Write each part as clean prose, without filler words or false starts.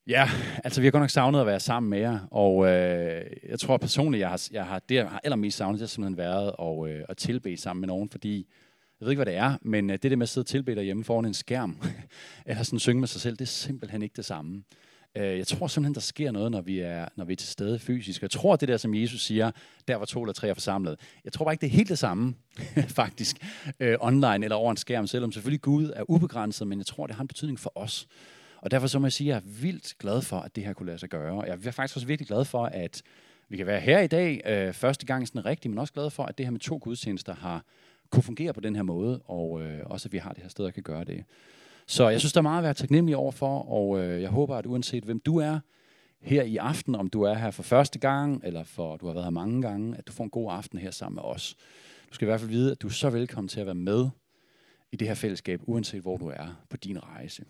Ja, altså vi har godt nok savnet at være sammen med jer, og jeg tror personligt, jeg har allermest savnet, det har simpelthen været at tilbede sammen med nogen, fordi jeg ved ikke, hvad det er, men det der med at sidde og tilbede derhjemme foran en skærm, eller sådan synge med sig selv, det er simpelthen ikke det samme. Jeg tror simpelthen, der sker noget, når vi er til stede fysisk. Jeg tror, det der, som Jesus siger, der var 2 eller 3 er forsamlet. Jeg tror bare ikke, det er helt det samme, faktisk, online eller over en skærm, selvom selvfølgelig Gud er ubegrænset, men jeg tror, det har en betydning for os. Og derfor så må jeg sige, at jeg er vildt glad for, at det her kunne lade sig gøre. Og jeg er faktisk også virkelig glad for, at vi kan være her i dag, første gang sådan rigtigt, men også glad for, at det her med 2 gudstjenester har kunne fungere på den her måde, og også at vi har det her sted, der kan gøre det. Så jeg synes, der er meget at være taknemmelig overfor, og jeg håber, at uanset hvem du er her i aften, om du er her for første gang, eller for du har været her mange gange, at du får en god aften her sammen med os. Du skal i hvert fald vide, at du er så velkommen til at være med i det her fællesskab, uanset hvor du er på din rejse.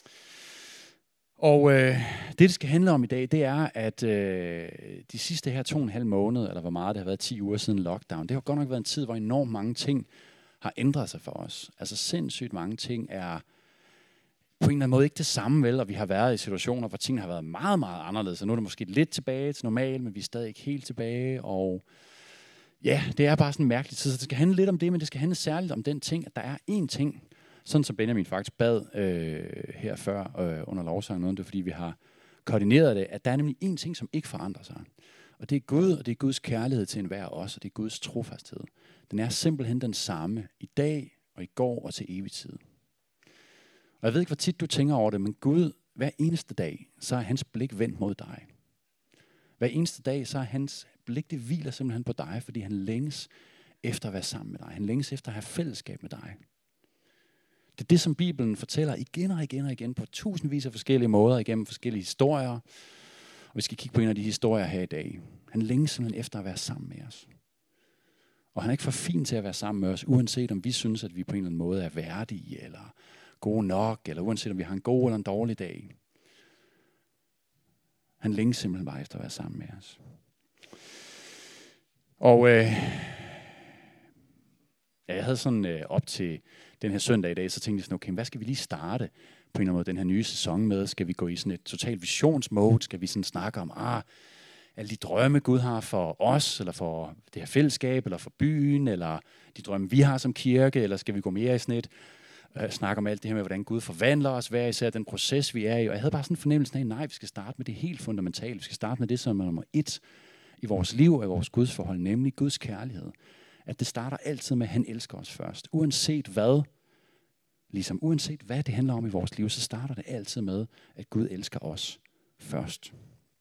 Og det skal handle om i dag, det er, at de sidste her 2,5 måneder, eller hvor meget det har været 10 uger siden lockdown, det har godt nok været en tid, hvor enormt mange ting har ændret sig for os. Altså sindssygt mange ting er på en eller anden måde ikke det samme, vel? Og vi har været i situationer, hvor tingene har været meget, meget anderledes. Og nu er det måske lidt tilbage til normal, men vi er stadig ikke helt tilbage. Og ja, det er bare sådan en mærkelig tid. Så det skal handle lidt om det, men det skal handle særligt om den ting, at der er én ting, sådan som Benjamin faktisk bad her før under lovsangen, det er fordi vi har koordineret det, at der er nemlig én ting, som ikke forandrer sig. Og det er Gud, og det er Guds kærlighed til enhver os, og det er Guds trofasthed. Den er simpelthen den samme i dag og i går og til evig tid. Og jeg ved ikke, hvor tit du tænker over det, men Gud, hver eneste dag, så er hans blik vendt mod dig. Hver eneste dag, så er hans blik, det hviler simpelthen på dig, fordi han længes efter at være sammen med dig. Han længes efter at have fællesskab med dig. Det er det, som Bibelen fortæller igen og igen og igen på tusindvis af forskellige måder, igennem forskellige historier. Og vi skal kigge på en af de historier her i dag. Han længes simpelthen efter at være sammen med os. Og han er ikke for fin til at være sammen med os, uanset om vi synes, at vi på en eller anden måde er værdige, eller gode nok, eller uanset om vi har en god eller en dårlig dag. Han længes simpelthen bare efter at være sammen med os. Og jeg havde sådan op til den her søndag i dag, så tænkte jeg sådan, okay, hvad skal vi lige starte på en eller anden måde den her nye sæson med? Skal vi gå i sådan et totalt visionsmode? Skal vi sådan snakke om, alle de drømme, Gud har for os, eller for det her fællesskab, eller for byen, eller de drømme, vi har som kirke, eller skal vi gå mere i sådan et snakke om alt det her med, hvordan Gud forvandler os, hver især den proces, vi er i. Og jeg havde bare sådan en fornemmelse af, nej, vi skal starte med det helt fundamentale. Vi skal starte med det, som er nummer 1 i vores liv og i vores gudsforhold, nemlig Guds kærlighed. At det starter altid med, at han elsker os først. Uanset hvad det handler om i vores liv, så starter det altid med, at Gud elsker os først.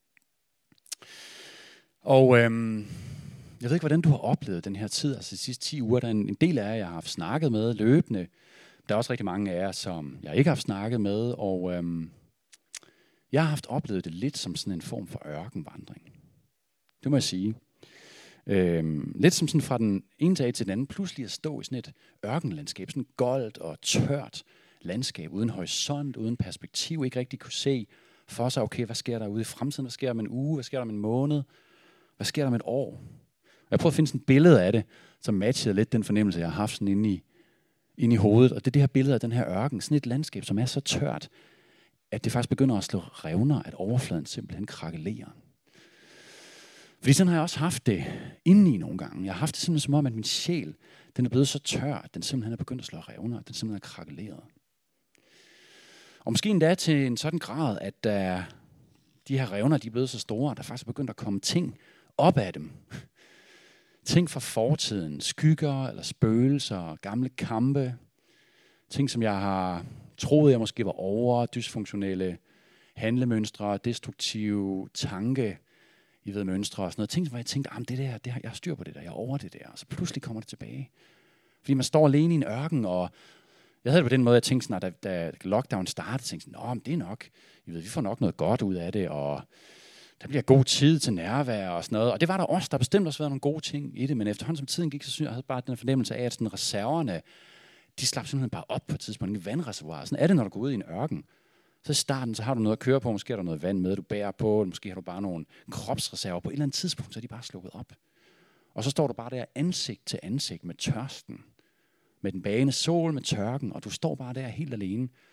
Og jeg ved ikke, hvordan du har oplevet den her tid, altså de sidste 10 uger. Der er en del af jer, jeg har haft snakket med løbende. Der er også rigtig mange af jer, som jeg ikke har haft snakket med, og jeg har haft oplevet det lidt som sådan en form for ørkenvandring. Det må jeg sige. Lidt som sådan fra den ene dag til den anden, pludselig at stå i sådan et ørkenlandskab, sådan goldt og tørt landskab, uden horisont, uden perspektiv, ikke rigtig kunne se for sig, okay, hvad sker der ude i fremtiden, hvad sker der om en uge, hvad sker der om en måned, hvad sker der om et år. Og jeg prøvede at finde sådan et billede af det, som matchede lidt den fornemmelse, jeg har haft sådan inde i hovedet, og det er det her billede af den her ørken, sådan et landskab, som er så tørt, at det faktisk begynder at slå revner, at overfladen simpelthen krakelerer. Fordi sådan har jeg også haft det indeni nogle gange. Jeg har haft det simpelthen som om, at min sjæl, den er blevet så tør, at den simpelthen er begyndt at slå revner, at den simpelthen er krakeleret. Og måske endda til en sådan grad, at de her revner, de er blevet så store, at der faktisk er begyndt at komme ting op af dem. Ting fra fortiden, skygger eller spøgelser, gamle kampe. Ting, som jeg har troet, jeg måske var over, dysfunktionelle handlemønstre, destruktive tanke, mønstre og sådan noget. Ting, hvor jeg tænkte, jeg har styr på det der, jeg er over det der. Og så pludselig kommer det tilbage. Fordi man står alene i en ørken, og jeg havde det på den måde, jeg tænkte sådan, at da lockdown startede, tænkte jeg sådan, det er nok, vi får nok noget godt ud af det, og der bliver god tid til nærvær og sådan noget. Og det var der også, der bestemt også været nogle gode ting i det, men efterhånden som tiden gik, så synes jeg havde bare den fornemmelse af, at sådan reserverne, de slap simpelthen bare op på et tidspunkt i vandreservoirer. Sådan er det, når du går ud i en ørken. Så i starten, så har du noget at køre på, måske er der noget vand med, du bærer på, måske har du bare nogle kropsreserver. På et eller andet tidspunkt, så er de bare slukket op. Og så står du bare der ansigt til ansigt med tørsten, med den bagende sol, med tørken, og du står bare der helt alene.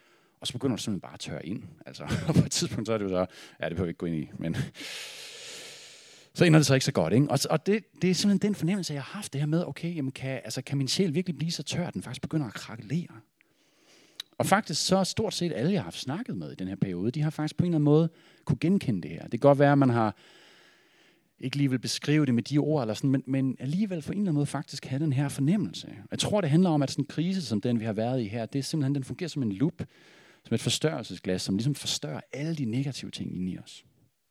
Og så begynder du simpelthen bare at tørre ind. Altså, og på et tidspunkt så er det jo så, ja, det behøver vi ikke gå ind i, men så ender det så ikke så godt, ikke? Og det er simpelthen den fornemmelse, jeg har haft, det her med, okay, jamen kan min sjæl virkelig blive så tør, at den faktisk begynder at krakelere? Og faktisk så stort set alle, jeg har haft snakket med i den her periode, de har faktisk på en eller anden måde kunne genkende det her. Det kan godt være, at man har ikke lige vil beskrive det med de ord, eller sådan, men alligevel på en eller anden måde faktisk have den her fornemmelse. Jeg tror, det handler om, at sådan en krise, som den vi har været i her, det er simpelthen, den fungerer som en lup, som et forstørrelsesglas, som ligesom forstørrer alle de negative ting inde i os.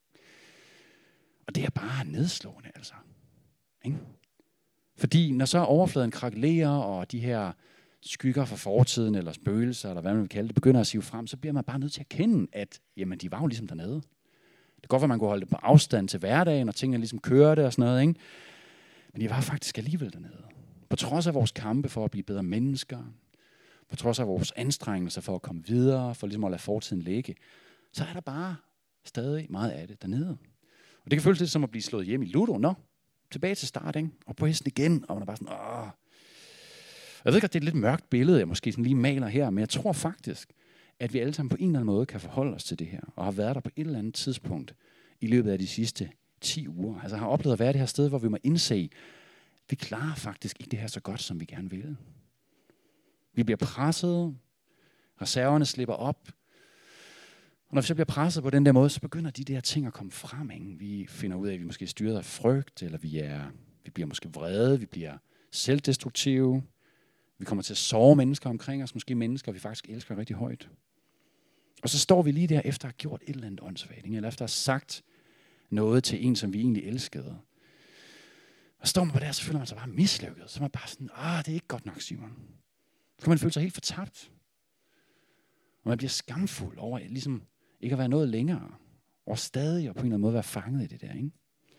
Og det er bare nedslående, altså. Ikke? Fordi når så overfladen krakelerer, og de her skygger fra fortiden, eller spøgelser, eller hvad man vil kalde det, begynder at sive frem, så bliver man bare nødt til at kende, at jamen, de var jo ligesom dernede. Det kan godt være, at man kunne holde det på afstand til hverdagen, og tingene ligesom kørte og sådan noget, ikke? Men de var faktisk alligevel dernede. På trods af vores kampe for at blive bedre mennesker, på trods af vores anstrengelser for at komme videre, for ligesom at lade fortiden ligge, så er der bare stadig meget af det dernede. Og det kan føles lidt som at blive slået hjem i Ludo. Nå, tilbage til start, ikke? Og på hesten igen, og man er bare sådan, åh. Jeg ved godt, det er et lidt mørkt billede, jeg måske sådan lige maler her, men jeg tror faktisk, at vi alle sammen på en eller anden måde kan forholde os til det her, og har været der på et eller andet tidspunkt i løbet af de sidste 10 uger. Altså har oplevet at være det her sted, hvor vi må indse, vi klarer faktisk ikke det her så godt, som vi gerne vil. Vi bliver presset, reserverne slipper op, og når vi så bliver presset på den der måde, så begynder de der ting at komme frem. Ikke? Vi finder ud af, at vi måske er styret af frygt, eller vi bliver måske vrede, vi bliver selvdestruktive. Vi kommer til at sove mennesker omkring os, måske mennesker, vi faktisk elsker rigtig højt. Og så står vi lige der, efter at have gjort et eller andet åndssvagt, eller efter at have sagt noget til en, som vi egentlig elskede. Og så står man på der, så føler man sig bare mislykket. Så er man bare sådan, det er ikke godt nok, Simon. Så kan man føle sig helt fortabt. Og man bliver skamfuld over ligesom ikke at være noget længere. Og stadig og på en eller anden måde være fanget i det der, ikke?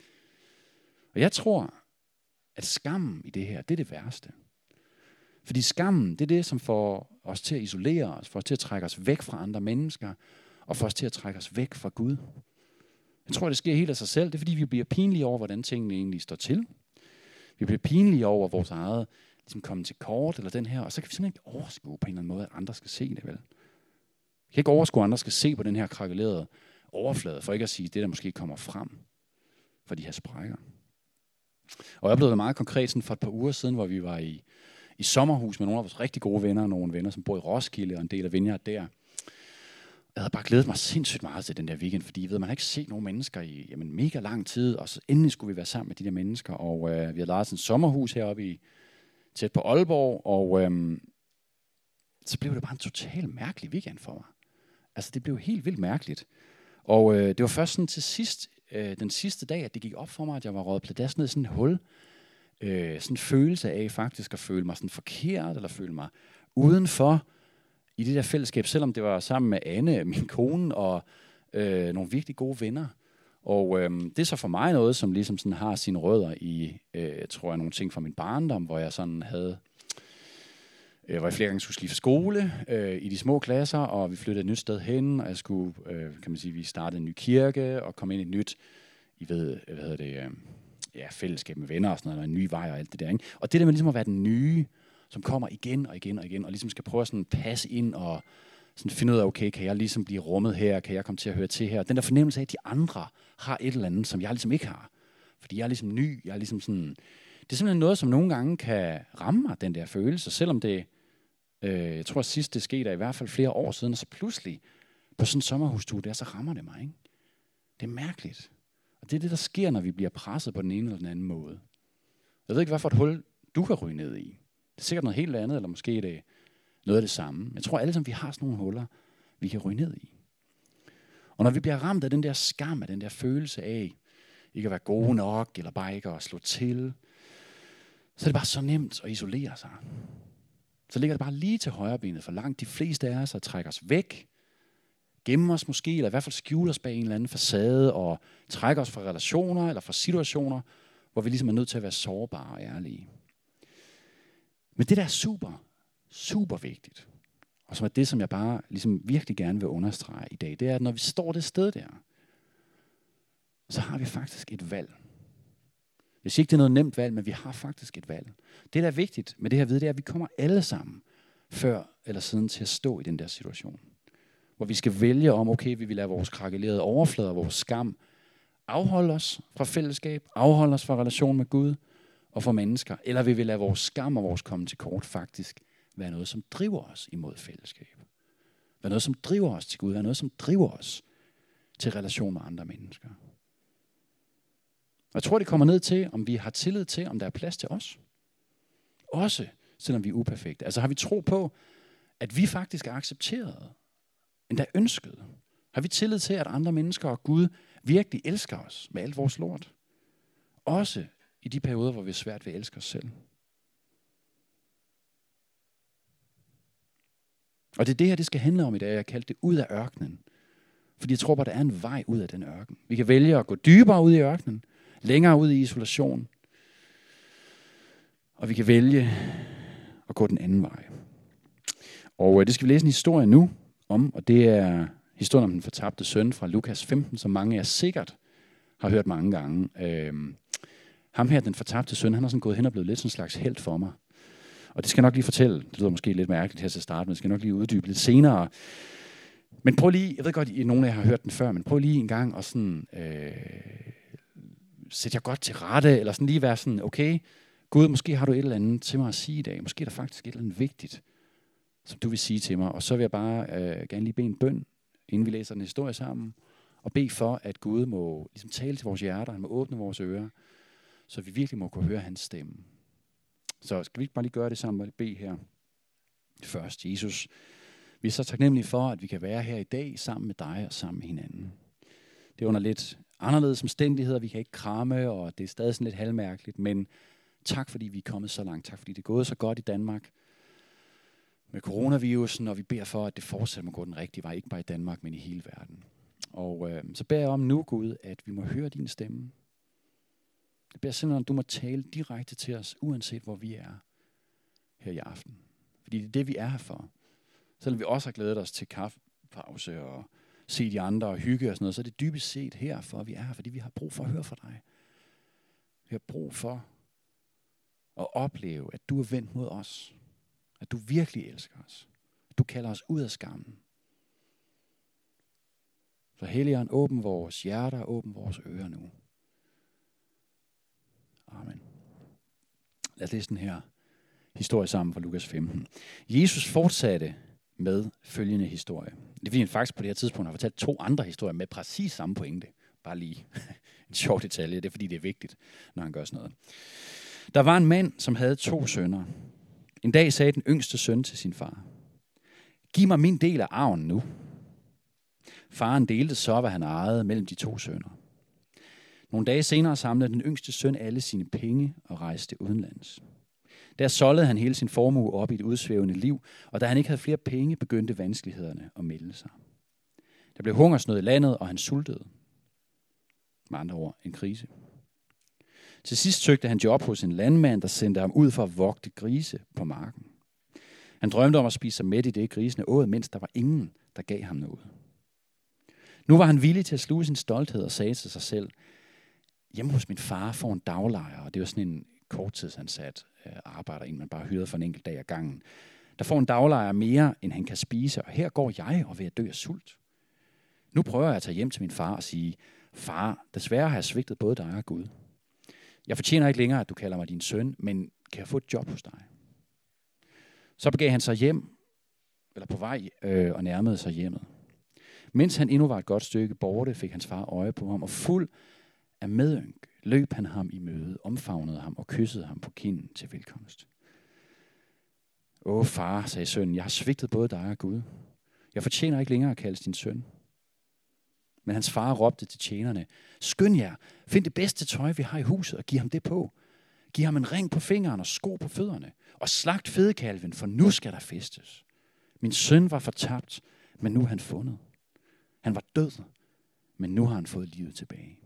Og jeg tror, at skammen i det her, det er det værste. Fordi skammen, det er det, som får os til at isolere os, får os til at trække os væk fra andre mennesker, og får os til at trække os væk fra Gud. Jeg tror, det sker helt af sig selv. Det er, fordi vi bliver pinlige over, hvordan tingene egentlig står til. Vi bliver pinlige over vores eget ligesom komme til kort, eller den her, og så kan vi simpelthen ikke overskue på en eller anden måde, at andre skal se det, vel? Vi kan ikke overskue, at andre skal se på den her krakelerede overflade, for ikke at sige det, der måske kommer frem for de her sprækker. Og jeg oplevede det meget konkret sådan for et par uger siden, hvor vi var i sommerhus med nogle af vores rigtig gode venner, nogle venner, som bor i Roskilde, og en del af Vineyard der. Jeg havde bare glædet mig sindssygt meget til den der weekend, fordi man har ikke set nogen mennesker i mega lang tid, og så endelig skulle vi være sammen med de der mennesker, og vi havde lejet sådan et sommerhus heroppe tæt på Aalborg, og så blev det bare en totalt mærkelig weekend for mig. Altså det blev helt vildt mærkeligt. Og det var først sådan til sidst, den sidste dag, at det gik op for mig, at jeg var røget pladask ned i sådan et hul. Sådan en følelse af faktisk at føle mig sådan forkert, eller føle mig udenfor i det der fællesskab, selvom det var sammen med Anne, min kone, og nogle virkelig gode venner. Og det er så for mig noget, som ligesom sådan har sine rødder i, tror jeg, nogle ting fra min barndom, hvor jeg sådan havde, hvor jeg flere gange skulle skifte skole i de små klasser, og vi flyttede et nyt sted hen, og jeg skulle, kan man sige, vi startede en ny kirke, og kom ind i et nyt, fællesskab med venner og sådan noget, og en ny vej og alt det der, ikke? Og det der med ligesom at være den nye, som kommer igen og igen og igen, og ligesom skal prøve at sådan passe ind og sådan finde ud af, okay, kan jeg ligesom blive rummet her, kan jeg komme til at høre til her? Den der fornemmelse af, at de andre har et eller andet, som jeg ligesom ikke har. Fordi jeg er ligesom ny, jeg er ligesom sådan, det er simpelthen noget, som nogle gange kan ramme mig, den der følelse, selvom det, jeg tror sidst det skete, i hvert fald flere år siden, og så pludselig på sådan en sommerhustur der, så rammer det mig, ikke? Det er mærkeligt. Og det er det, der sker, når vi bliver presset på den ene eller den anden måde. Jeg ved ikke, hvad for et hul du kan ryge ned i. Det er sikkert noget helt andet, eller måske det noget af det samme. Jeg tror alle sammen, vi har sådan nogle huller, vi kan ryge ned i. Og når vi bliver ramt af den der skam, af den der følelse af ikke at være gode nok, eller bare ikke at slå til, så er det bare så nemt at isolere sig. Så ligger det bare lige til højre benet for langt de fleste af os, og trækker os væk, gemmer os måske, eller i hvert fald skjuler os bag en eller anden facade, og trækker os fra relationer, eller fra situationer, hvor vi ligesom er nødt til at være sårbare og ærlige. Men det der er super, super vigtigt, og som er det, som jeg bare ligesom virkelig gerne vil understrege i dag, det er, at når vi står det sted der, så har vi faktisk et valg. Jeg siger ikke, det er noget nemt valg, men vi har faktisk et valg. Det, der er vigtigt med det her at vide, det er, at vi kommer alle sammen før eller siden til at stå i den der situation. hvor vi skal vælge om, okay, vi vil lade vores krakelerede overflader, vores skam, afholde os fra fællesskab, afholde os fra relation med Gud og for mennesker, eller vi vil lade vores skam og vores komme til kort faktisk være noget, som driver os imod fællesskab. Være noget, som driver os til Gud, være noget, som driver os til relation med andre mennesker. Og jeg tror, det kommer ned til, om vi har tillid til, om der er plads til os. Også selvom vi er uperfekte. Altså har vi tro på, at vi faktisk er accepteret, endda ønsket? Har vi tillid til, at andre mennesker og Gud virkelig elsker os med alt vores lort? Også i de perioder, hvor vi er svært ved at elske os selv. Og det er det her, det skal handle om i dag. Jeg har kaldt det ud af ørkenen. Fordi jeg tror bare, der er en vej ud af den ørken. Vi kan vælge at gå dybere ud i ørkenen, længere ud i isolation. Og vi kan vælge at gå den anden vej. Og det skal vi læse en historie nu om, og det er historien om den fortabte søn fra Lukas 15, som mange af jer sikkert har hørt mange gange. Ham her, den fortabte søn, han har sådan gået hen og blevet lidt sådan en slags helt for mig. Og det skal jeg nok lige fortælle. Det lyder måske lidt mærkeligt her til start, men det skal jeg nok lige uddybe lidt senere. Men prøv lige, jeg ved godt, at nogle af jer har hørt den før, men prøv lige en gang at sådan, sætte jer godt til rette, eller sådan lige være sådan, okay, Gud, måske har du et eller andet til mig at sige i dag. Måske er der faktisk et eller andet vigtigt, som du vil sige til mig. Og så vil jeg bare gerne lige bede en bøn, inden vi læser den historie sammen, og bede for, at Gud må ligesom tale til vores hjerter, han må åbne vores ører, så vi virkelig må kunne høre hans stemme. Så skal vi ikke bare lige gøre det sammen og bede her først. Jesus, vi er så taknemmelige for, at vi kan være her i dag sammen med dig og sammen med hinanden. Det er under lidt anderledes omstændigheder, vi kan ikke kramme, og det er stadig sådan lidt halvmærkeligt, men tak fordi vi er kommet så langt. Tak fordi det er gået så godt i Danmark med coronavirusen, og vi beder for, at det fortsætter med at gå den rigtige vej, ikke bare i Danmark, men i hele verden. Og så beder jeg om nu, Gud, at vi må høre din stemme. Jeg beder simpelthen, at du må tale direkte til os, uanset hvor vi er her i aften. Fordi det er det, vi er her for. Selvom vi også har glædet os til kaffepause og se de andre og hygge og sådan noget, så er det dybest set her, for vi er her, fordi vi har brug for at høre fra dig. Vi har brug for at opleve, at du er vendt mod os. At du virkelig elsker os. At du kalder os ud af skammen. Så Helligånd, åbn vores hjerter, åbn vores ører nu. Amen. Lad os læse den her historie sammen fra Lukas 15. Jesus fortsatte med følgende historie. Det er fordi han faktisk på det her tidspunkt har fortalt 2 andre historier med præcis samme pointe. Bare lige en sjov detalje. Det er fordi det er vigtigt, når han gør sådan noget. Der var en mand, som havde 2 sønner. En dag sagde den yngste søn til sin far: Giv mig min del af arven nu. Faren delte så, hvad han ejede mellem de 2 sønner. Nogle dage senere samlede den yngste søn alle sine penge og rejste udenlands. Der solgte han hele sin formue op i et udsvævende liv, og da han ikke havde flere penge, begyndte vanskelighederne at melde sig. Der blev hungersnød i landet, og han sultede. Med andre ord, en krise. Til sidst søgte han job hos en landmand, der sendte ham ud for at vogte grise på marken. Han drømte om at spise sig mæt i det, grisene åd, mens der var ingen, der gav ham noget. Nu var han villig til at sluge sin stolthed og sagde til sig selv: Hjemme hos min far får en daglejer, og det var sådan en korttidsansat arbejder, en man bare hyrede for en enkelt dag ad gangen. Der får en daglejer mere, end han kan spise, og her går jeg og ved at dø af sult. Nu prøver jeg at tage hjem til min far og sige: Far, desværre har jeg svigtet både dig og Gud. Jeg fortjener ikke længere, at du kalder mig din søn, men kan jeg få et job hos dig? Så begav han sig hjem, eller på vej, og nærmede sig hjemmet. Mens han endnu var et godt stykke borte, fik hans far øje på ham, og fuld af medynk løb han ham i møde, omfavnede ham og kyssede ham på kinden til velkomst. Åh far, sagde sønnen, jeg har svigtet både dig og Gud. Jeg fortjener ikke længere at kaldes din søn. Men hans far råbte til tjenerne: Skynd jer, find det bedste tøj, vi har i huset, og giv ham det på. Giv ham en ring på fingeren og sko på fødderne, og slagt fedekalven, for nu skal der festes. Min søn var fortabt, men nu er han fundet. Han var død, men nu har han fået livet tilbage.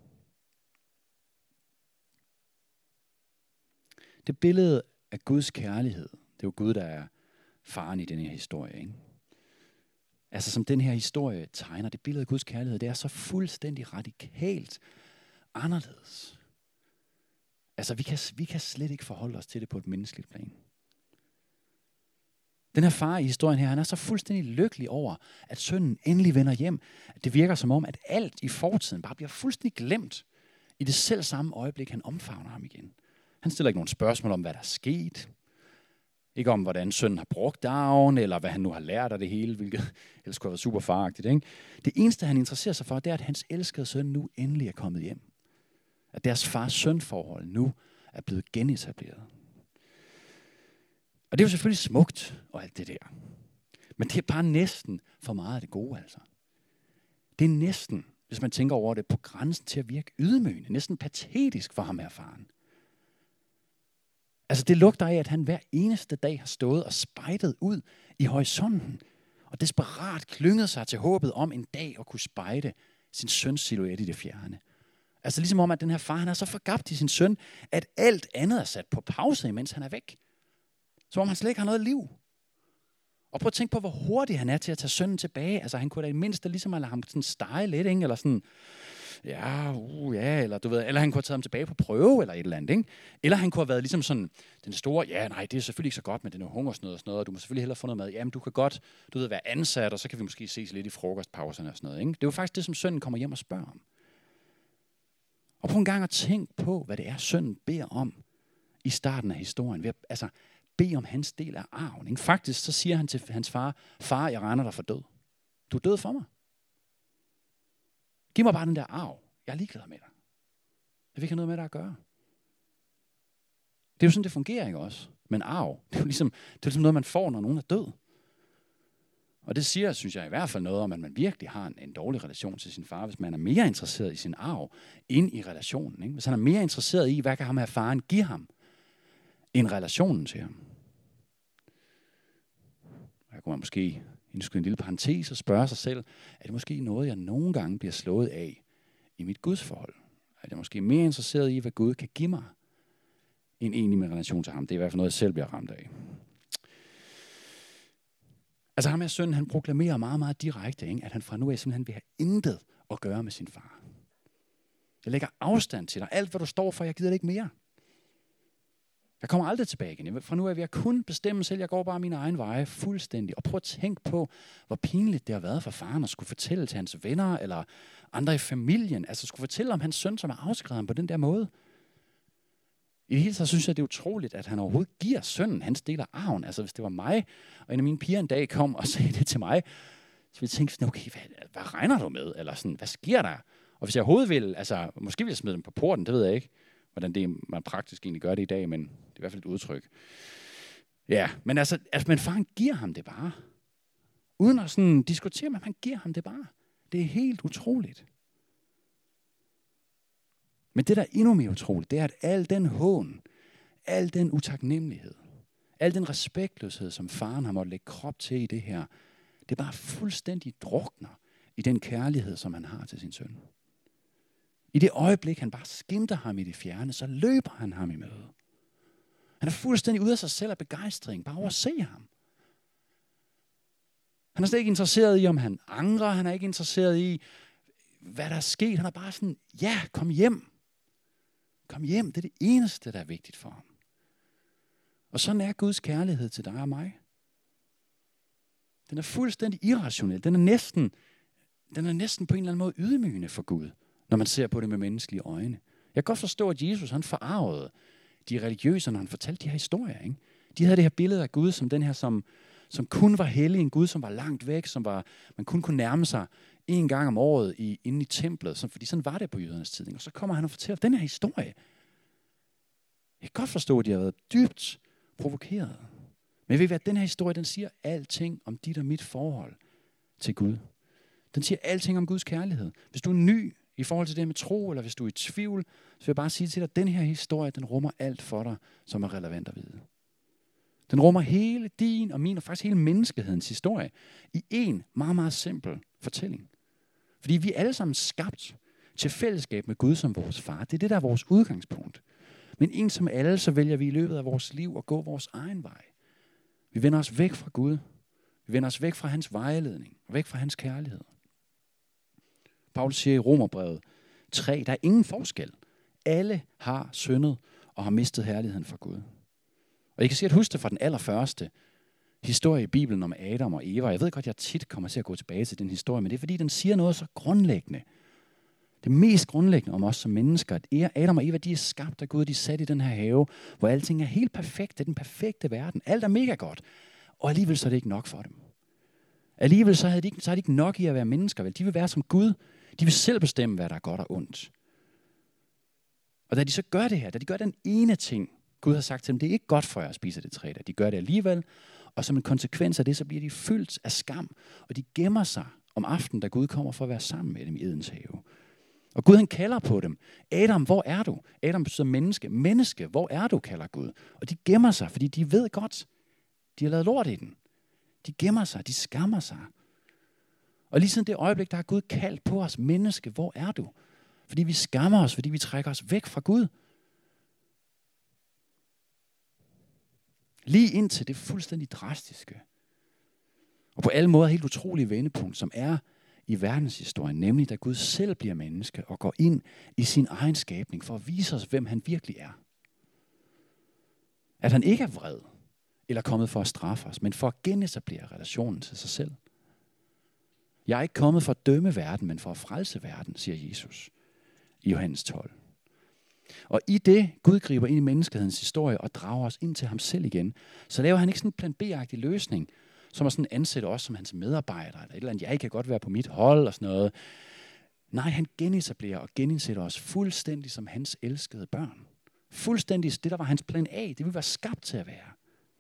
Det billede af Guds kærlighed, det er jo Gud, der er faren i den her historie, ikke? Altså som den her historie tegner, det billede af Guds kærlighed, det er så fuldstændig radikalt anderledes. Altså vi kan slet ikke forholde os til det på et menneskeligt plan. Den her far i historien her, han er så fuldstændig lykkelig over, at sønnen endelig vender hjem. Det virker som om, at alt i fortiden bare bliver fuldstændig glemt i det selv samme øjeblik, han omfavner ham igen. Han stiller ikke nogen spørgsmål om, hvad der er sket. Ikke om, hvordan sønnen har brugt dagen, eller hvad han nu har lært af det hele, hvilket ellers skulle have været super faragtigt. Ikke? Det eneste, han interesserer sig for, det er, at hans elskede søn nu endelig er kommet hjem. At deres far-søn-forhold nu er blevet genetableret. Og det er jo selvfølgelig smukt og alt det der. Men det er bare næsten for meget af det gode, altså. Det er næsten, hvis man tænker over det, på grænsen til at virke ydmygende. Næsten patetisk for ham her faren. Altså det lugter af, at han hver eneste dag har stået og spejdet ud i horisonten. Og desperat klynget sig til håbet om en dag at kunne spejde sin søns silhuet i det fjerne. Altså ligesom om, at den her far, han er så forgabt i sin søn, at alt andet er sat på pause, imens han er væk. Som om han slet ikke har noget liv. Og prøv at tænke på, hvor hurtig han er til at tage sønnen tilbage. Altså han kunne da i mindste ligesom at lade ham sådan stege lidt, ikke? Eller sådan, eller du ved, eller han kunne have taget ham tilbage på prøve, eller et eller andet, ikke? Eller han kunne have været ligesom sådan, den store, det er selvfølgelig ikke så godt med den hungersnød og sådan noget, og du må selvfølgelig hellere få noget mad. Jamen, du kan godt, være ansat, og så kan vi måske ses lidt i frokostpauserne og sådan noget, ikke? Det er jo faktisk det, som sønnen kommer hjem og spørger om. Og prøv en gang at tænke på, hvad det er, sønnen beder om i starten af historien. Altså, bede om hans del af arven. Ikke? Faktisk så siger han til hans far, far, jeg regner dig for død. Du er død for mig. Giv mig bare den der arv. Jeg er ligeglad med dig. Jeg vil ikke have noget med dig at gøre. Det er jo sådan, det fungerer, ikke også? Men arv, det er jo ligesom noget, man får, når nogen er død. Og det siger, synes jeg i hvert fald noget om, at man virkelig har en dårlig relation til sin far, hvis man er mere interesseret i sin arv, end i relationen. Ikke? Hvis han er mere interesseret i, hvad kan ham her faren give ham, end relationen til ham. Jeg kunne måske indskyde en lille parentes og spørge sig selv, er det måske noget, jeg nogle gange bliver slået af i mit gudsforhold? Er jeg måske mere interesseret i, hvad Gud kan give mig, end egentlig med relation til ham? Det er i hvert fald noget, jeg selv bliver ramt af. Altså ham her sønnen, han proklamerer meget, meget direkte, ikke? At han fra nu af simpelthen vil have intet at gøre med sin far. Jeg lægger afstand til dig. Alt, hvad du står for, jeg gider det ikke mere. Jeg kommer aldrig tilbage igen. Fra nu af vil jeg kun bestemme selv. Jeg går bare mine egne veje fuldstændig. Og prøv at tænke på, hvor pinligt det har været for faren at skulle fortælle til hans venner eller andre i familien. Altså skulle fortælle om hans søn, som er afskrevet ham på den der måde. I det hele taget synes jeg, det er utroligt, at han overhovedet giver sønnen hans del af arven. Altså hvis det var mig, og en af mine piger en dag kom og sagde det til mig, så ville jeg tænke sådan, okay, hvad regner du med? Eller sådan, hvad sker der? Og hvis jeg overhovedet ville, altså måske ville jeg smide dem på porten, det ved jeg ikke, hvordan man praktisk egentlig gør det i dag, men det er i hvert fald et udtryk. Ja, men men faren giver ham det bare. Uden at sådan diskutere, men han giver ham det bare. Det er helt utroligt. Men det, der er endnu mere utroligt, det er, at al den hån, al den utaknemmelighed, al den respektløshed, som faren har måttet lægge krop til i det her, det bare fuldstændig drukner i den kærlighed, som han har til sin søn. I det øjeblik, han bare skimter ham i det fjerne, så løber han ham i møde. Han er fuldstændig ude af sig selv af begejstring, bare over at se ham. Han er slet ikke interesseret i, om han angrer. Han er ikke interesseret i, hvad der er sket. Han er bare sådan, ja, kom hjem. Kom hjem, det er det eneste, der er vigtigt for ham. Og sådan er Guds kærlighed til dig og mig. Den er fuldstændig irrationel. Den er næsten på en eller anden måde ydmygende for Gud, når man ser på det med menneskelige øjne. Jeg kan godt forstå, at Jesus han forarvede de religiøse, når han fortalte de her historier. Ikke? De havde det her billede af Gud som den her, som kun var hellig, en Gud, som var langt væk, man kun kunne nærme sig en gang om året inde i templet, fordi sådan var det på jødernes tid. Og så kommer han og fortæller den her historie. Jeg kan godt forstå, at de har været dybt provokeret. Men ved I hvad, den her historie, den siger alting om dit og mit forhold til Gud. Den siger alting om Guds kærlighed. Hvis du er ny i forhold til det med tro, eller hvis du er i tvivl, så vil jeg bare sige til dig, at den her historie, den rummer alt for dig, som er relevant at vide. Den rummer hele din og min, og faktisk hele menneskehedens historie, i en meget, meget simpel fortælling. Fordi vi er alle sammen skabt til fællesskab med Gud som vores far. Det er det, der er vores udgangspunkt. Men en som alle, så vælger vi i løbet af vores liv at gå vores egen vej. Vi vender os væk fra Gud. Vi vender os væk fra hans vejledning, og væk fra hans kærlighed. Paulus siger i Romerbrevet 3, der er ingen forskel. Alle har syndet og har mistet herligheden fra Gud. Og I kan sikkert huske det fra den allerførste historie i Bibelen om Adam og Eva. Jeg ved godt, jeg tit kommer til at gå tilbage til den historie, men det er fordi, den siger noget så grundlæggende. Det mest grundlæggende om os som mennesker, at Adam og Eva, de er skabt af Gud, de er sat i den her have, hvor alting er helt perfekt. Det er den perfekte verden. Alt er mega godt. Og alligevel så er det ikke nok for dem. Alligevel så har de ikke nok i at være mennesker. Vel? De vil være som Gud. De vil selv bestemme, hvad der er godt og ondt. Og da de så gør det her, da de gør den ene ting, Gud har sagt til dem, det er ikke godt for jer at spise det træ, de gør det alligevel, og som en konsekvens af det, så bliver de fyldt af skam, og de gemmer sig om aftenen, da Gud kommer for at være sammen med dem i Edens have. Og Gud han kalder på dem. Adam, hvor er du? Adam betyder menneske. Menneske, hvor er du, kalder Gud. Og de gemmer sig, fordi de ved godt, de har lavet lort i den. De gemmer sig, de skammer sig. Og lige siden det øjeblik, der har Gud kaldt på os, menneske, hvor er du? Fordi vi skammer os, fordi vi trækker os væk fra Gud. Lige indtil det fuldstændig drastiske. Og på alle måder helt utrolige vendepunkt, som er i verdenshistorien, nemlig da Gud selv bliver menneske og går ind i sin egen skabning for at vise os, hvem han virkelig er. At han ikke er vred eller kommet for at straffe os, men for at genetablere relationen til sig selv. Jeg er ikke kommet for at dømme verden, men for at frelse verden, siger Jesus i Johannes 12. Og i det, Gud griber ind i menneskehedens historie og drager os ind til ham selv igen, så laver han ikke sådan en plan B-agtig løsning, som at sådan ansætte os som hans medarbejdere, eller et eller andet, jeg kan godt være på mit hold og sådan noget. Nej, han genetablerer og genindsætter os fuldstændig som hans elskede børn. Fuldstændig det, der var hans plan A, det vi var skabt til at være.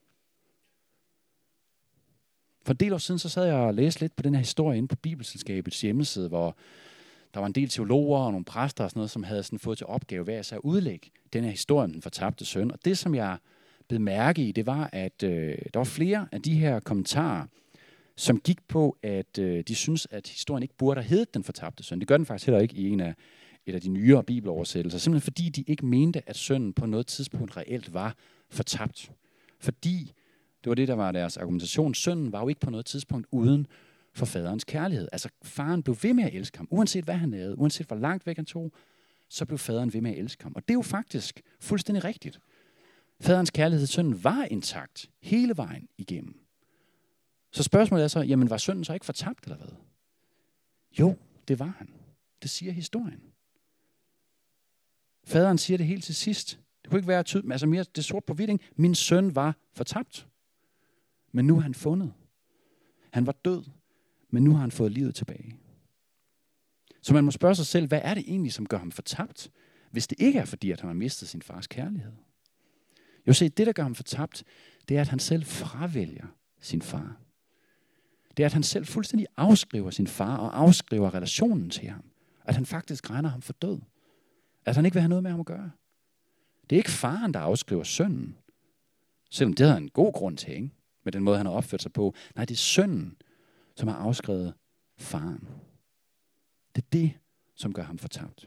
For en del år siden, så sad jeg og læste lidt på den her historie inde på Bibelselskabets hjemmeside, hvor der var en del teologer og nogle præster og sådan noget, som havde sådan fået til opgave hver især at udlægge den her historie om den fortabte søn. Og det, som jeg blev mærke i, det var, at der var flere af de her kommentarer, som gik på, at de synes, at historien ikke burde have heddet den fortabte søn. Det gør den faktisk heller ikke i et af de nyere bibeloversættelser, simpelthen fordi de ikke mente, at sønnen på noget tidspunkt reelt var fortabt. Fordi det var det, der var deres argumentation. Sønnen var jo ikke på noget tidspunkt uden for faderens kærlighed. Altså faren blev ved med at elske ham, uanset hvad han lavede, uanset hvor langt væk han tog, så blev faderen ved med at elske ham. Og det er jo faktisk fuldstændig rigtigt. Faderens kærlighed til sønnen var intakt hele vejen igennem. Så spørgsmålet er så, jamen var sønnen så ikke fortabt eller hvad? Jo, det var han. Det siger historien. Faderen siger det helt til sidst. Det kunne ikke være tydeligt, men altså mere det sort på hvidt, ikke? Min søn var fortabt, men nu er han fundet. Han var død, men nu har han fået livet tilbage. Så man må spørge sig selv, hvad er det egentlig, som gør ham fortabt, hvis det ikke er fordi, at han har mistet sin fars kærlighed? Jo, se, det der gør ham fortabt, det er, at han selv fravælger sin far. Det er, at han selv fuldstændig afskriver sin far og afskriver relationen til ham. At han faktisk regner ham for død. At han ikke vil have noget med ham at gøre. Det er ikke faren, der afskriver sønnen. Selvom det havde en god grund til, ikke? Med den måde, han har opført sig på. Nej, det er sønnen, som har afskrevet faren. Det er det, som gør ham fortabt.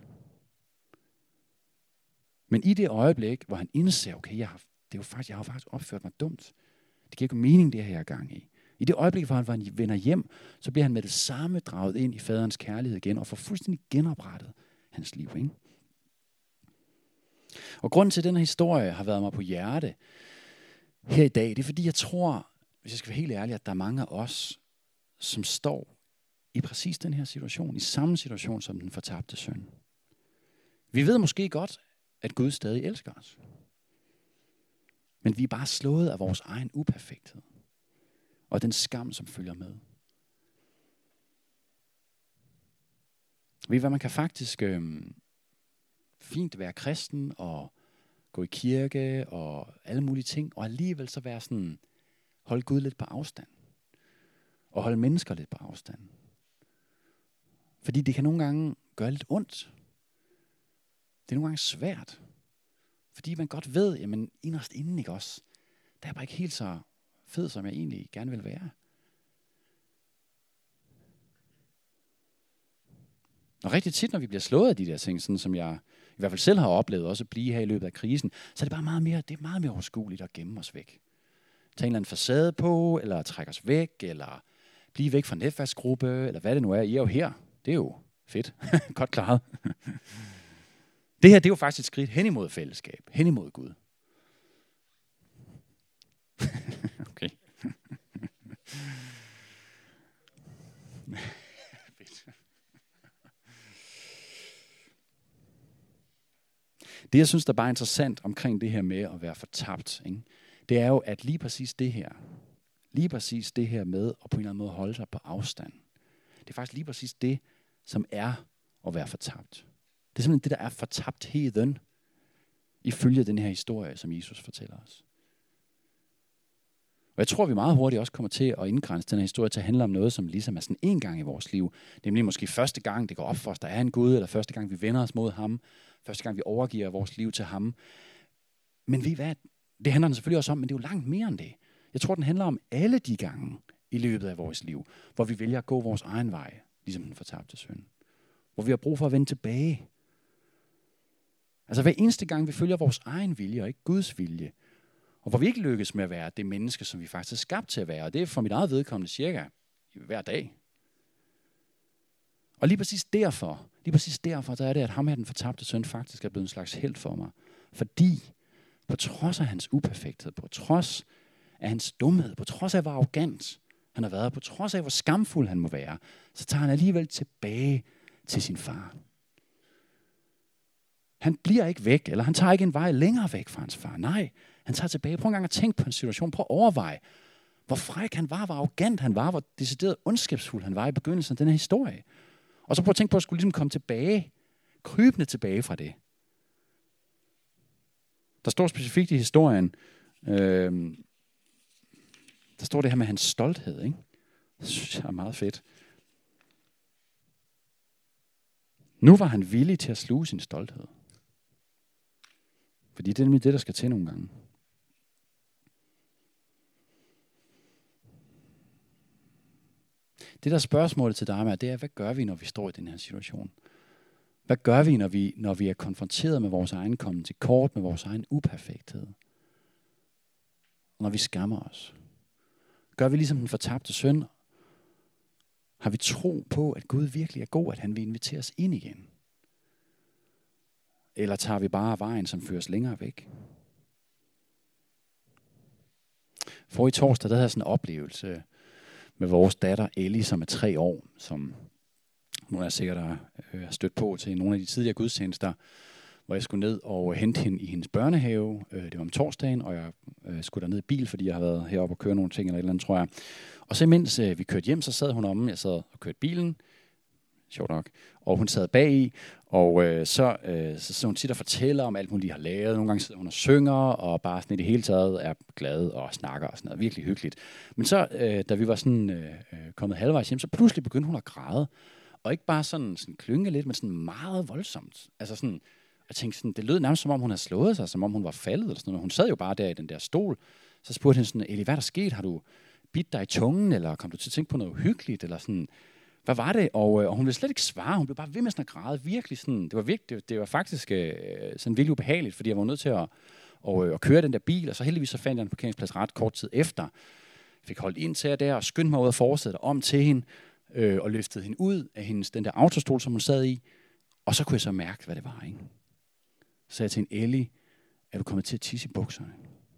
Men i det øjeblik, hvor han indser, okay, jeg har faktisk opført mig dumt. Det giver ikke mening, det her jeg er gang i. I det øjeblik, hvor han vender hjem, så bliver han med det samme draget ind i faderens kærlighed igen, og får fuldstændig genoprettet hans liv. Ikke? Og grunden til, at den her historie har været mig på hjerte her i dag, det er fordi, jeg tror, hvis jeg skal være helt ærlig, at der er mange af os, som står i præcis den her situation, i samme situation som den fortabte søn. Vi ved måske godt, at Gud stadig elsker os. Men vi er bare slået af vores egen uperfekthed. Og den skam, som følger med. Ved I hvad, man kan faktisk fint være kristen og gå i kirke og alle mulige ting, og alligevel så være sådan, holde Gud lidt på afstand. Og holde mennesker lidt på afstand. Fordi det kan nogle gange gøre lidt ondt. Det er nogle gange svært. Fordi man godt ved, jamen inderst inden ikke også, der er bare ikke helt så fed, som jeg egentlig gerne vil være. Og rigtig tit, når vi bliver slået af de der ting, sådan som jeg i hvert fald selv har oplevet også at blive her i løbet af krisen, så er det bare meget mere overskueligt at gemme os væk. Tage en eller anden facade på, eller trække os væk, eller blive væk fra netværksgruppe, eller hvad det nu er. I er jo her. Det er jo fedt. Godt klaret. Det her, det er jo faktisk et skridt hen imod fællesskab. Hen imod Gud. Okay. Det, jeg synes, der bare er interessant omkring det her med at være fortabt, ikke? Det er jo, at lige præcis det her med at på en eller anden måde holde sig på afstand, det er faktisk lige præcis det, som er at være fortabt. Det er simpelthen det, der er fortabtheden, ifølge den her historie, som Jesus fortæller os. Og jeg tror, vi meget hurtigt også kommer til at indgrænse den her historie til at handle om noget, som ligesom er sådan en gang i vores liv. Nemlig måske første gang, det går op for os, der er en Gud, eller første gang, vi vender os mod ham, første gang, vi overgiver vores liv til ham. Men ved I hvad? Det handler den selvfølgelig også om, men det er jo langt mere end det. Jeg tror, den handler om alle de gange i løbet af vores liv, hvor vi vælger at gå vores egen vej, ligesom den fortabte søn. Hvor vi har brug for at vende tilbage. Altså hver eneste gang, vi følger vores egen vilje, og ikke Guds vilje, og hvor vi ikke lykkes med at være det menneske, som vi faktisk er skabt til at være. Og det er for mit eget vedkommende cirka hver dag. Og lige præcis derfor, der er det, at ham her, den fortabte søn, faktisk er blevet en slags helt for mig. Fordi på trods af hans uperfekthed, på trods af hans dumhed, på trods af hvor arrogant han har været, på trods af hvor skamfuld han må være, så tager han alligevel tilbage til sin far. Han bliver ikke væk, eller han tager ikke en vej længere væk fra hans far. Nej, han tager tilbage. Prøv en gang at tænke på en situation. Prøv at overveje, hvor fræk han var, hvor arrogant han var, hvor decideret ondskabsfuld han var i begyndelsen af den her historie. Og så prøv at tænke på, at jeg skulle ligesom komme tilbage, krybende tilbage fra det. Der står specifikt i historien, der står det her med hans stolthed, ikke? Det synes jeg er meget fedt. Nu var han villig til at sluge sin stolthed. Fordi det er nemlig det, der skal til nogle gange. Det der spørgsmålet til dig, det er, hvad gør vi, når vi står i den her situation? Hvad gør vi, når vi er konfronteret med vores egen kommen til kort, med vores egen uperfekthed? Og når vi skammer os? Gør vi ligesom den fortabte søn? Har vi tro på, at Gud virkelig er god, at han vil invitere os ind igen? Eller tager vi bare vejen, som fører os længere væk? For i torsdag, der havde jeg sådan en oplevelse med vores datter Ellie, som er 3 år, som nogle af jer sikkert har stødt på til nogle af de tidligere gudstjenester, hvor jeg skulle ned og hente hende i hendes børnehave. Det var om torsdagen, og jeg skulle derned i bil, fordi jeg har været heroppe og køre nogle ting eller et eller andet, tror jeg. Og så mens vi kørte hjem, så sad hun omme. Jeg sad og kørte bilen. Sjovt nok. Og hun sad bag i, og så hun tit og fortæller om alt, hun lige har lavet. Nogle gange sidder hun og synger, og bare sådan i det hele taget er glad og snakker og sådan noget. Virkelig hyggeligt. Men så, da vi var sådan kommet halvvejs hjem, så pludselig begyndte hun at græde. Og ikke bare sådan klynge lidt, men sådan meget voldsomt. Altså sådan, jeg tænkte sådan, det lød nærmest som om hun havde slået sig, som om hun var faldet eller sådan noget. Hun sad jo bare der i den der stol. Så spurgte hende sådan, Ellie, hvad er der sket? Har du bidt dig i tungen, eller kom du til at tænke på noget uhyggeligt, eller sådan, hvad var det? Og hun ville slet ikke svare, hun blev bare ved med sådan at græde, virkelig sådan, det var faktisk sådan virkelig ubehageligt, fordi jeg var nødt til at køre den der bil, og så heldigvis så fandt jeg en parkeringsplads ret kort tid efter. Jeg fik holdt ind til jer der, og skyndte mig ud og fortsætte om til hende, og løftede hende ud af den der autostol, som hun sad i, og så kunne jeg så mærke, hvad det var, ikke? Så sagde jeg til hende, Ellie, er du kommet til at tisse i bukserne?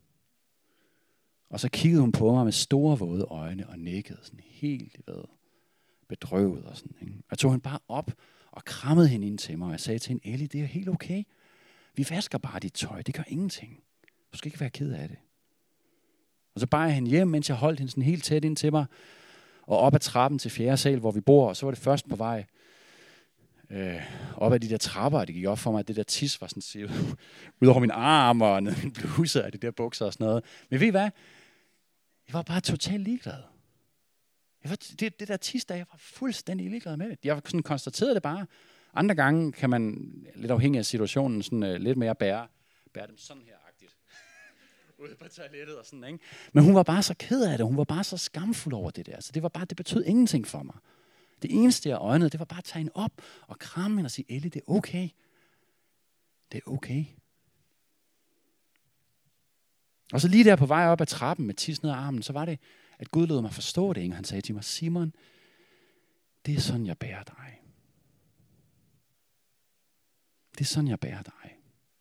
Og så kiggede hun på mig med store våde øjne og nikkede sådan helt bedrøvet og sådan, ikke? Jeg tog hende bare op og krammede hende ind til mig, og jeg sagde til hende, Ellie, det er helt okay. Vi vasker bare dit tøj, det gør ingenting. Du skal ikke være ked af det. Og så bar jeg hende hjem, mens jeg holdt hende sådan helt tæt ind til mig, og op ad trappen til 4. sal, hvor vi bor, og så var det først på vej op ad de der trapper, og det gik op for mig, at det der tis var sådan ud over min arm og ned min bluse og de der bukser og sådan noget. Men ved I hvad? Jeg var bare totalt ligeglad. Det der tis der, jeg var fuldstændig ligeglad med det. Jeg sådan konstaterede det bare. Andre gange kan man, lidt afhængig af situationen, sådan lidt mere bære dem sådan her-agtigt. Ude på toilettet og sådan, ikke? Men hun var bare så ked af det. Hun var bare så skamfuld over det der. Så det betød ingenting for mig. Det eneste, jeg øjnede, det var bare at tage hende op og kramme hende og sige, Ellie, det er okay. Det er okay. Og så lige der på vej op ad trappen med tis ned ad armen, så var det, at Gud lod mig forstå det, ikke? Han sagde til mig, Simon, det er sådan, jeg bærer dig. Det er sådan, jeg bærer dig.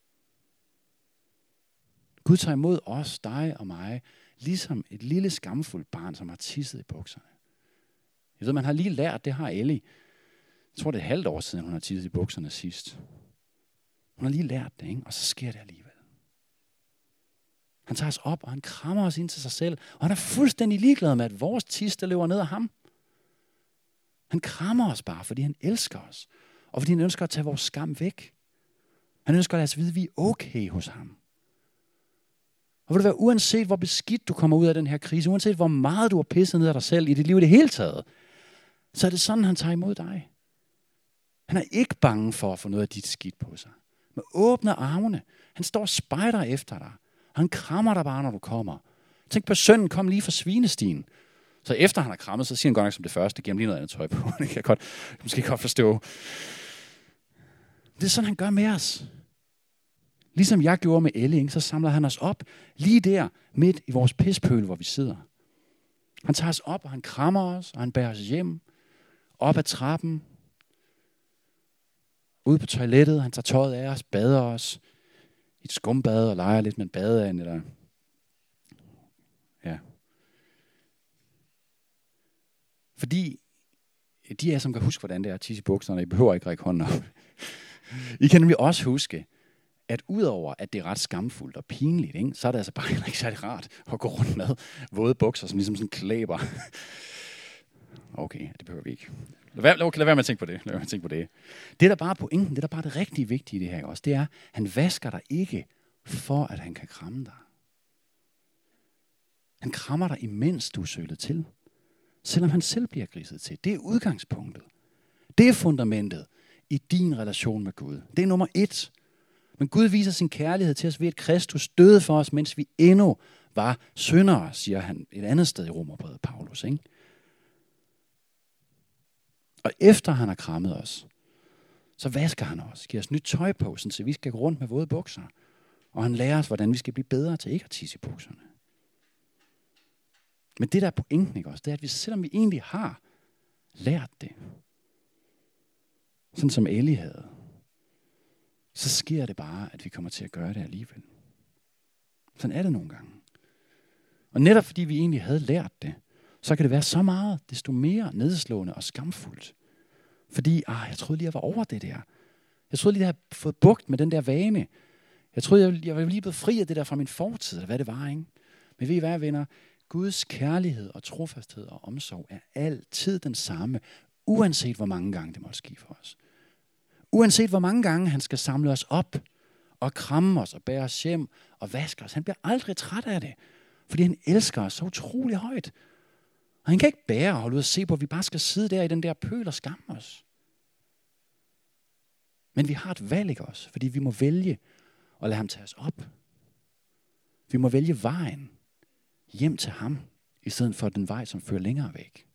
Gud tager imod os, dig og mig, ligesom et lille skamfuldt barn, som har tisset i bukserne. Jeg ved, man har lige lært, det har Ellie. Jeg tror, det er ½ år siden, hun har tisset i bukserne sidst. Hun har lige lært det, ikke? Og så sker det alligevel. Han tager os op, og han krammer os ind til sig selv. Og han er fuldstændig ligeglad med, at vores tiste løber ned af ham. Han krammer os bare, fordi han elsker os. Og fordi han ønsker at tage vores skam væk. Han ønsker at lade os vide, at vi er okay hos ham. Og vil det være, uanset hvor beskidt du kommer ud af den her krise, uanset hvor meget du har pisset ned af dig selv i dit liv i det hele taget, så er det sådan, han tager imod dig. Han er ikke bange for at få noget af dit skidt på sig. Med åbne armene. Han står og spejder efter dig. Han krammer dig bare, når du kommer. Tænk på, sønnen kom lige fra svinestien. Så efter han har krammet, så siger han godt nok som det første, giver ham lige noget andet tøj på. Det kan jeg måske godt forstå. Det er sådan, han gør med os. Ligesom jeg gjorde med Elling, så samler han os op lige der midt i vores pispøl, hvor vi sidder. Han tager os op, og han krammer os, og han bærer os hjem. Op ad trappen. Ud på toilettet. Han tager tøjet af os, bader os i et skumbad og leger lidt med en badeand. Eller ja. Fordi de af som kan huske, hvordan det er at tisse i bukserne, I behøver ikke række hånden op. I kan nemlig også huske, at udover at det er ret skamfuldt og pinligt, ikke, så er det altså bare ikke særlig rart at gå rundt med våde bukser, som ligesom sådan klæber. Okay, det behøver vi ikke. Lad være med at tænke på det. Det der bare er pointen, det der bare er det rigtig vigtige i det her også, det er, at han vasker dig ikke for, at han kan kramme dig. Han krammer dig, imens du er sølet til. Selvom han selv bliver griset til. Det er udgangspunktet. Det er fundamentet i din relation med Gud. Det er nummer 1. Men Gud viser sin kærlighed til os ved, at Kristus døde for os, mens vi endnu var syndere, siger han et andet sted i Romerbrevet, Paulus. Ikke? Og efter han har krammet os, så vasker han os, giver os nyt tøj på, så vi skal gå rundt med våde bukser. Og han lærer os, hvordan vi skal blive bedre til ikke at tisse i bukserne. Men det der er pointen, ikke også, det er, at vi, selvom vi egentlig har lært det, sådan som Ellie havde, så sker det bare, at vi kommer til at gøre det alligevel. Sådan er det nogle gange. Og netop fordi vi egentlig havde lært det, så kan det være så meget, desto mere nedslående og skamfuldt. Fordi, jeg troede lige, jeg var over det der. Jeg troede lige, jeg havde fået bugt med den der vane. Jeg troede, jeg var lige blevet fri af det der fra min fortid, eller hvad det var, ikke? Men ved I hvad, venner? Guds kærlighed og trofasthed og omsorg er altid den samme, uanset hvor mange gange det må ske for os. Uanset hvor mange gange han skal samle os op og kramme os og bære os hjem og vaske os. Han bliver aldrig træt af det, fordi han elsker os så utrolig højt. Og han kan ikke bære og holde ud og se på, at vi bare skal sidde der i den der pøl og skamme os. Men vi har et valg, ikke også? Fordi vi må vælge at lade ham tage os op. Vi må vælge vejen hjem til ham, i stedet for den vej, som fører længere væk.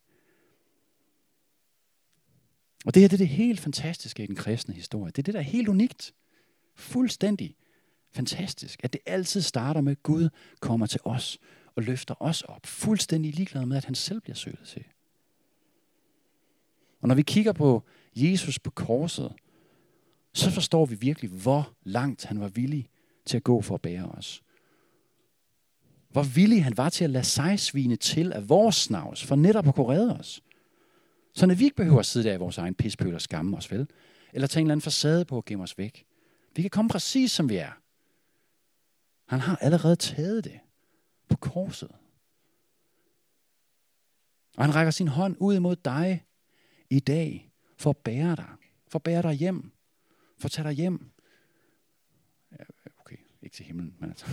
Og det her, det er det helt fantastiske i den kristne historie. Det er det, der er helt unikt. Fuldstændig fantastisk. At det altid starter med, at Gud kommer til os og løfter os op. Fuldstændig ligeglad med, at han selv bliver sølet til. Og når vi kigger på Jesus på korset, så forstår vi virkelig, hvor langt han var villig til at gå for at bære os. Hvor villig han var til at lade sig svine til af vores snavs, for netop at kunne redde os. Så når vi ikke behøver at sidde der i vores egen pispøl og skamme os, vel? Eller tage en eller anden facade på at gemme os væk. Vi kan komme præcis som vi er. Han har allerede taget det på korset. Og han rækker sin hånd ud imod dig i dag, for at bære dig. For at bære dig hjem. For at tage dig hjem. Ja, okay, ikke til himlen, men altså.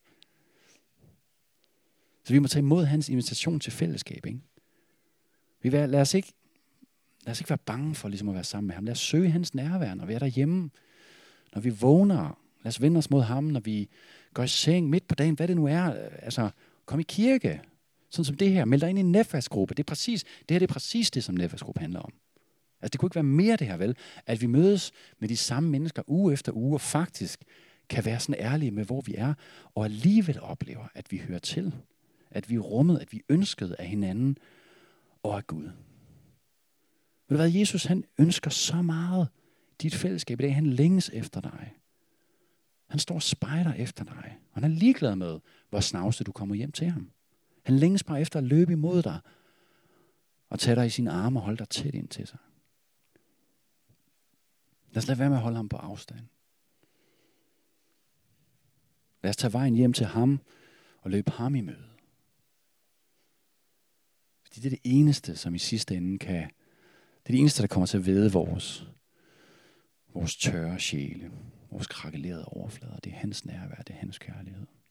Så vi må tage imod hans invitation til fællesskab, ikke? Lad os ikke være bange for ligesom at være sammen med ham. Lad os søge hans nærvær, når vi er derhjemme. Når vi vågner. Lad os vende os mod ham, når vi går i seng midt på dagen. Hvad det nu er. Altså, kom i kirke. Sådan som det her. Meld dig ind i en netværksgruppe. Det er præcis det, som netværksgruppe handler om. Altså, det kunne ikke være mere det her, vel? At vi mødes med de samme mennesker uge efter uge, og faktisk kan være sådan ærlige med, hvor vi er, og alligevel oplever, at vi hører til. At vi er rummet, at vi er ønsket af hinanden og af Gud. Ved du hvad, Jesus han ønsker så meget dit fællesskab i dag. Han længes efter dig. Han står og spejder efter dig. Og han er ligeglad med, hvor snavset du kommer hjem til ham. Han længes bare efter at løbe imod dig og tage dig i sine arme og holde dig tæt ind til sig. Lad os lade være med at holde ham på afstand. Lad os tage vejen hjem til ham og løbe ham i møde. Fordi det er det eneste, som i sidste ende det er det eneste, der kommer til at væde vores tørre sjæle, vores krakelerede overflader. Det er hans nærvær, det er hans kærlighed.